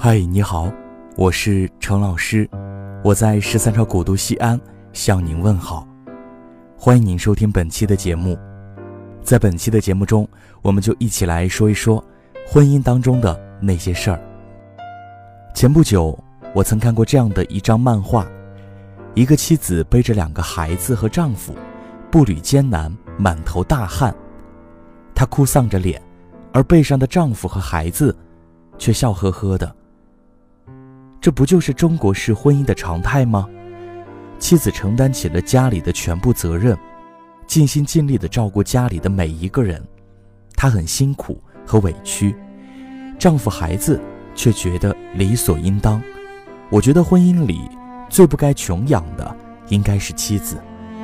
嗨，你好，我是程老师，我在13朝古都西安向您问好。欢迎您收听本期的节目。在本期的节目中，我们就一起来说一说婚姻当中的那些事儿。前不久，我曾看过这样的一张漫画，一个妻子背着2个孩子和丈夫，步履艰难，满头大汗，她哭丧着脸，而背上的丈夫和孩子却笑呵呵的。这不就是中国式婚姻的常态吗？妻子承担起了家里的全部责任，尽心尽力地照顾家里的每一个人，她很辛苦和委屈，丈夫孩子却觉得理所应当。我觉得婚姻里最不该穷养的应该是妻子。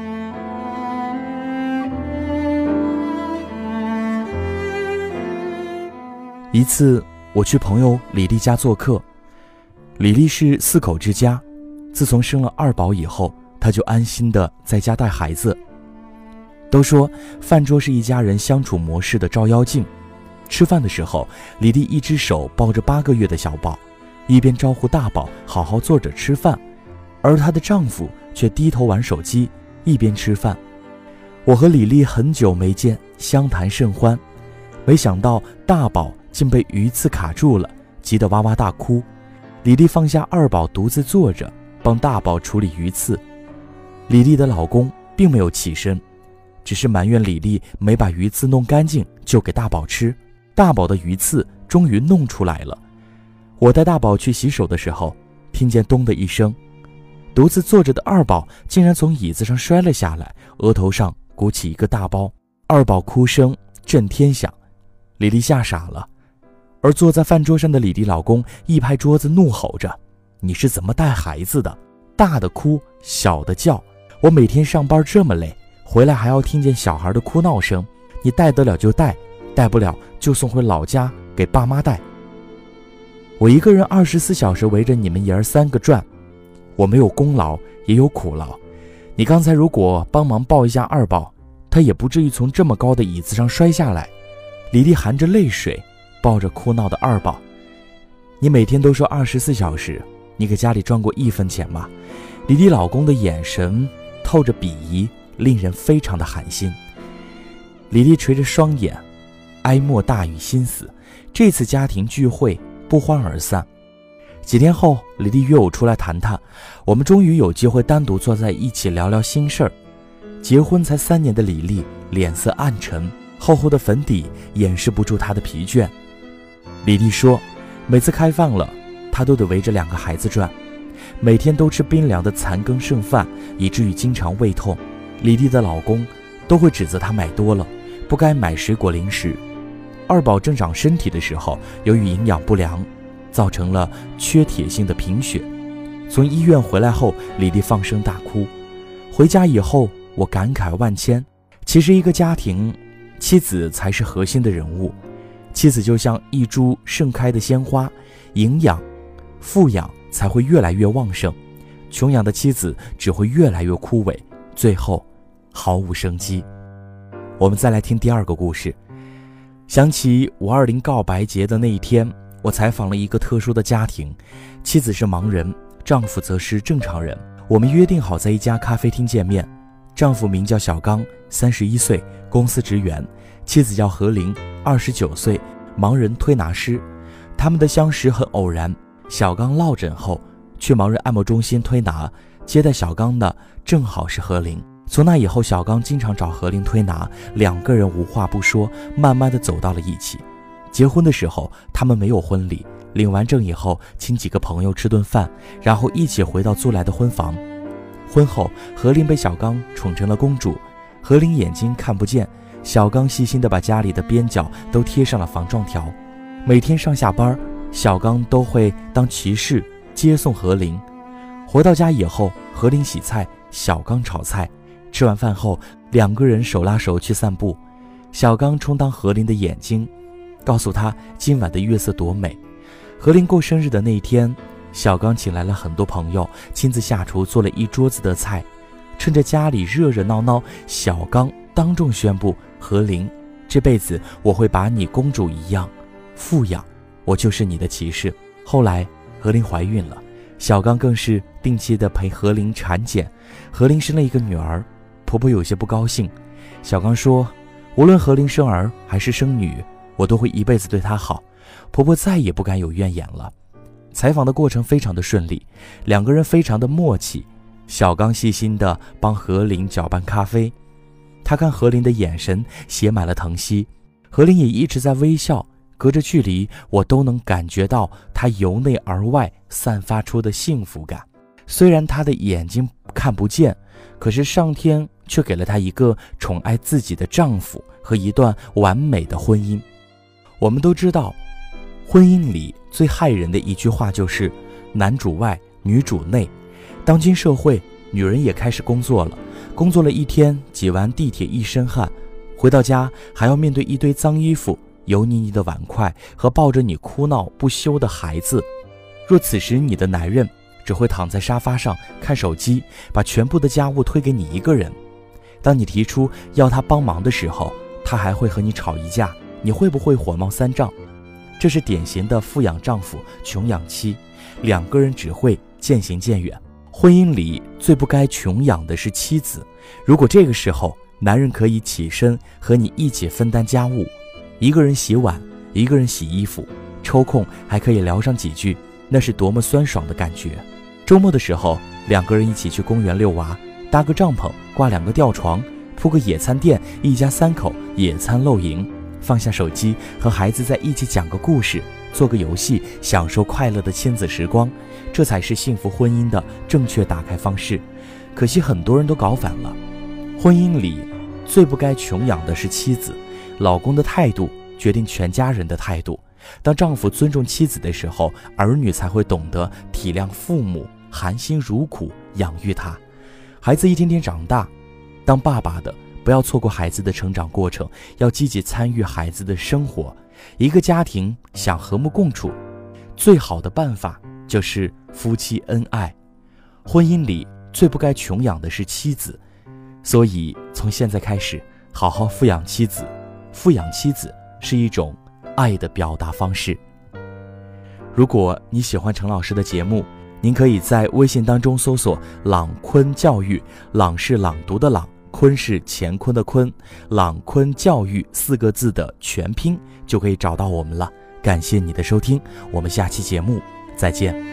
一次我去朋友李丽家做客，李丽是4口之家，自从生了2宝以后，她就安心地在家带孩子。都说饭桌是一家人相处模式的照妖镜。吃饭的时候，李丽一只手抱着8个月的小宝，一边招呼大宝好好坐着吃饭，而她的丈夫却低头玩手机，一边吃饭。我和李丽很久没见，相谈甚欢，没想到大宝竟被鱼刺卡住了，急得哇哇大哭。李丽放下2宝，独自坐着帮大宝处理鱼刺。李丽的老公并没有起身，只是埋怨李丽没把鱼刺弄干净就给大宝吃。大宝的鱼刺终于弄出来了。我带大宝去洗手的时候，听见咚的一声，独自坐着的2宝竟然从椅子上摔了下来，额头上鼓起一个大包，2宝哭声震天响。李丽吓傻了，而坐在饭桌上的李丽老公一拍桌子怒吼着：你是怎么带孩子的？大的哭，小的叫，我每天上班这么累，回来还要听见小孩的哭闹声，你带得了就带，带不了就送回老家给爸妈带。我一个人24小时围着你们爷儿3个转，我没有功劳也有苦劳。你刚才如果帮忙抱一下2宝，他也不至于从这么高的椅子上摔下来。李丽含着泪水抱着哭闹的2宝。你每天都说24小时，你给家里赚过1分钱吗？李丽老公的眼神透着鄙夷，令人非常的寒心。李丽垂着双眼，哀莫大于心死。这次家庭聚会不欢而散。几天后，李丽约我出来谈谈，我们终于有机会单独坐在一起聊聊心事儿。结婚才3年的李丽脸色暗沉，厚厚的粉底掩饰不住她的疲倦。李丽说，每次开饭了，她都得围着2个孩子转，每天都吃冰凉的残羹剩饭，以至于经常胃痛。李丽的老公都会指责她买多了，不该买水果零食。2宝正长身体的时候，由于营养不良，造成了缺铁性的贫血。从医院回来后，李丽放声大哭。回家以后，我感慨万千。其实一个家庭，妻子才是核心的人物。妻子就像一株盛开的鲜花，营养、富养才会越来越旺盛。穷养的妻子只会越来越枯萎，最后毫无生机。我们再来听第2个故事。想起520告白节的那一天，我采访了一个特殊的家庭，妻子是盲人，丈夫则是正常人。我们约定好在一家咖啡厅见面。丈夫名叫小刚，31岁，公司职员；妻子叫何玲，29岁，盲人推拿师。他们的相识很偶然，小刚落枕后去盲人按摩中心推拿，接待小刚的正好是何玲。从那以后，小刚经常找何玲推拿，2个人无话不说，慢慢的走到了一起。结婚的时候，他们没有婚礼，领完证以后，请几个朋友吃顿饭，然后一起回到租来的婚房。婚后，何玲被小刚宠成了公主。何玲眼睛看不见，小刚细心地把家里的边角都贴上了防撞条。每天上下班，小刚都会当骑士接送何玲。回到家以后，何玲洗菜，小刚炒菜。吃完饭后，2个人手拉手去散步。小刚充当何玲的眼睛，告诉她今晚的月色多美。何玲过生日的那一天，小刚请来了很多朋友，亲自下厨做了一桌子的菜。趁着家里热热闹闹，小刚当众宣布，何玲，这辈子我会把你公主一样富养，我就是你的骑士。 后来何琳怀孕了，小刚更是定期的陪何琳产检。何琳生了一个女儿，婆婆有些不高兴。小刚说，无论何琳生儿还是生女，我都会一辈子对她好，婆婆再也不敢有怨言了。采访的过程非常的顺利，两个人非常的默契。小刚细心地帮何琳搅拌咖啡，他看何琳的眼神写满了疼惜，何琳也一直在微笑，隔着距离我都能感觉到她由内而外散发出的幸福感。虽然她的眼睛看不见，可是上天却给了她一个宠爱自己的丈夫和一段完美的婚姻。我们都知道，婚姻里最害人的一句话就是男主外女主内。当今社会，女人也开始工作了，工作了一天，挤完地铁一身汗，回到家还要面对一堆脏衣服、油腻腻的碗筷和抱着你哭闹不休的孩子。若此时你的男人只会躺在沙发上看手机，把全部的家务推给你一个人，当你提出要他帮忙的时候，他还会和你吵一架，你会不会火冒三丈？这是典型的富养丈夫穷养妻，两个人只会渐行渐远。婚姻里最不该穷养的是妻子，如果这个时候男人可以起身和你一起分担家务，一个人洗碗，一个人洗衣服，抽空还可以聊上几句，那是多么酸爽的感觉。周末的时候，两个人一起去公园遛娃，搭个帐篷，挂2个吊床，铺个野餐垫，一家3口野餐露营，放下手机，和孩子在一起讲个故事，做个游戏，享受快乐的亲子时光，这才是幸福婚姻的正确打开方式。可惜很多人都搞反了，婚姻里最不该穷养的是妻子，老公的态度决定全家人的态度。当丈夫尊重妻子的时候，儿女才会懂得体谅父母，含辛茹苦养育他。孩子一天天长大，当爸爸的不要错过孩子的成长过程，要积极参与孩子的生活。一个家庭想和睦共处，最好的办法就是夫妻恩爱。婚姻里最不该穷养的是妻子，所以从现在开始好好富养妻子。富养妻子是一种爱的表达方式。如果你喜欢陈老师的节目，您可以在微信当中搜索朗坤教育，朗是朗读的朗，坤是乾坤的坤，朗坤教育4个字的全拼就可以找到我们了。感谢你的收听，我们下期节目再见。